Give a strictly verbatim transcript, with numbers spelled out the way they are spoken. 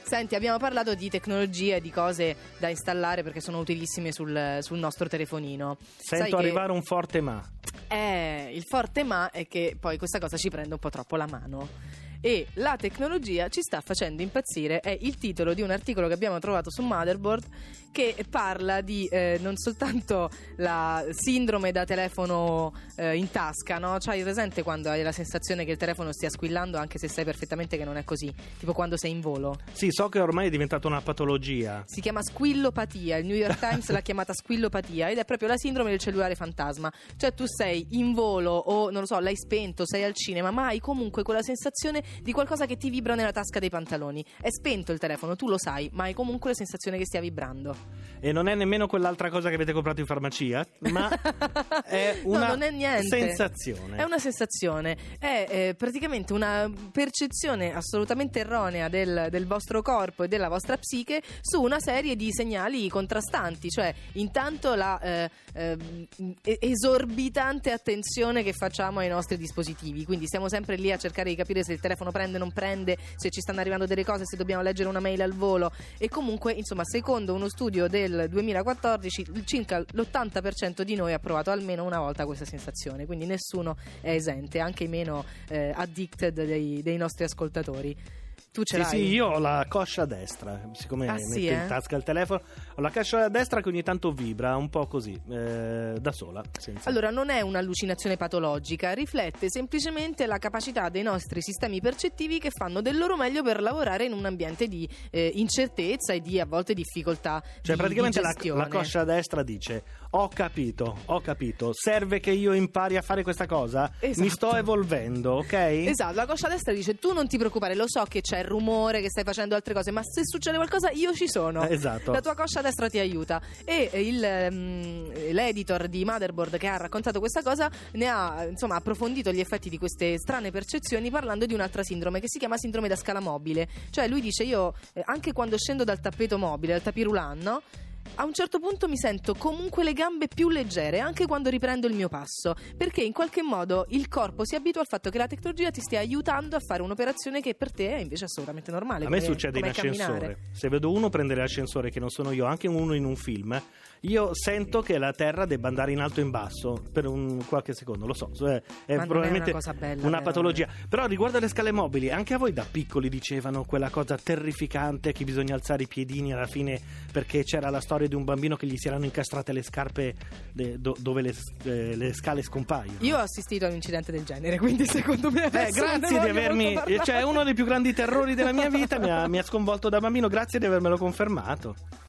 Senti, abbiamo parlato di tecnologie e di cose da installare perché sono utilissime sul, sul nostro telefonino. Sento Sai arrivare che... un forte ma. Eh, il forte ma è che poi questa cosa ci prende un po' troppo la mano. E la tecnologia ci sta facendo impazzire è il titolo di un articolo che abbiamo trovato su Motherboard, che parla di eh, non soltanto la sindrome da telefono eh, in tasca, no? C'hai presente quando hai la sensazione che il telefono stia squillando anche se sai perfettamente che non è così, tipo quando sei in volo. Sì, so che ormai è diventata una patologia. Si chiama squillopatia, il New York Times l'ha chiamata squillopatia ed è proprio la sindrome del cellulare fantasma. Cioè tu sei in volo o non lo so, l'hai spento, sei al cinema, ma hai comunque quella sensazione di qualcosa che ti vibra nella tasca dei pantaloni. È spento il telefono, tu lo sai, ma hai comunque la sensazione che stia vibrando. E non è nemmeno quell'altra cosa che avete comprato in farmacia, ma è una no, non è niente. sensazione. È una sensazione, è eh, praticamente una percezione assolutamente erronea del, del vostro corpo e della vostra psiche su una serie di segnali contrastanti. Cioè, intanto la eh, eh, esorbitante attenzione che facciamo ai nostri dispositivi, quindi stiamo sempre lì a cercare di capire se il telefono prende o non prende, se ci stanno arrivando delle cose, se dobbiamo leggere una mail al volo. E comunque, insomma, secondo uno studio del duemilaquattordici, circa l'ottanta per cento di noi ha provato almeno una volta questa sensazione, quindi nessuno è esente, anche i meno eh, addicted dei, dei nostri ascoltatori. Tu ce sì, l'hai? Sì, io ho la coscia a destra, siccome ah, metto sì, in eh? tasca il telefono, ho la coscia a destra che ogni tanto vibra, un po' così, eh, da sola. Senza... Allora, non è un'allucinazione patologica, riflette semplicemente la capacità dei nostri sistemi percettivi che fanno del loro meglio per lavorare in un ambiente di eh, incertezza e di a volte difficoltà. Cioè, di, praticamente di la, gestione. la coscia a destra dice: ho capito, ho capito, serve che io impari a fare questa cosa? Esatto. Mi sto evolvendo, ok? Esatto, la coscia a destra dice: tu non ti preoccupare, lo so che c'è il rumore, che stai facendo altre cose, ma se succede qualcosa io ci sono. Esatto. La tua coscia a destra ti aiuta. E il, um, l'editor di Motherboard che ha raccontato questa cosa ne ha insomma approfondito gli effetti di queste strane percezioni parlando di un'altra sindrome che si chiama sindrome da scala mobile. Cioè lui dice: io eh, anche quando scendo dal tappeto mobile, dal tapirulan, no? A un certo punto mi sento comunque le gambe più leggere anche quando riprendo il mio passo, perché in qualche modo il corpo si abitua al fatto che la tecnologia ti stia aiutando a fare un'operazione che per te è invece assolutamente normale. A me come, succede in come ascensore. camminare. Se vedo uno prendere l'ascensore che non sono io, anche uno in un film, io sento che la terra debba andare in alto e in basso per un qualche secondo, lo so, è, è Ma probabilmente è una, cosa bella, una però. patologia. Però riguardo alle scale mobili, anche a voi da piccoli dicevano quella cosa terrificante che bisogna alzare i piedini alla fine perché c'era la storia di un bambino che gli si erano incastrate le scarpe de, do, dove le, eh, le scale scompaiono. Io ho assistito a un incidente del genere, quindi secondo me eh, grazie di avermi, cioè uno dei più grandi terrori della mia vita mi ha, mi ha sconvolto da bambino, grazie di avermelo confermato.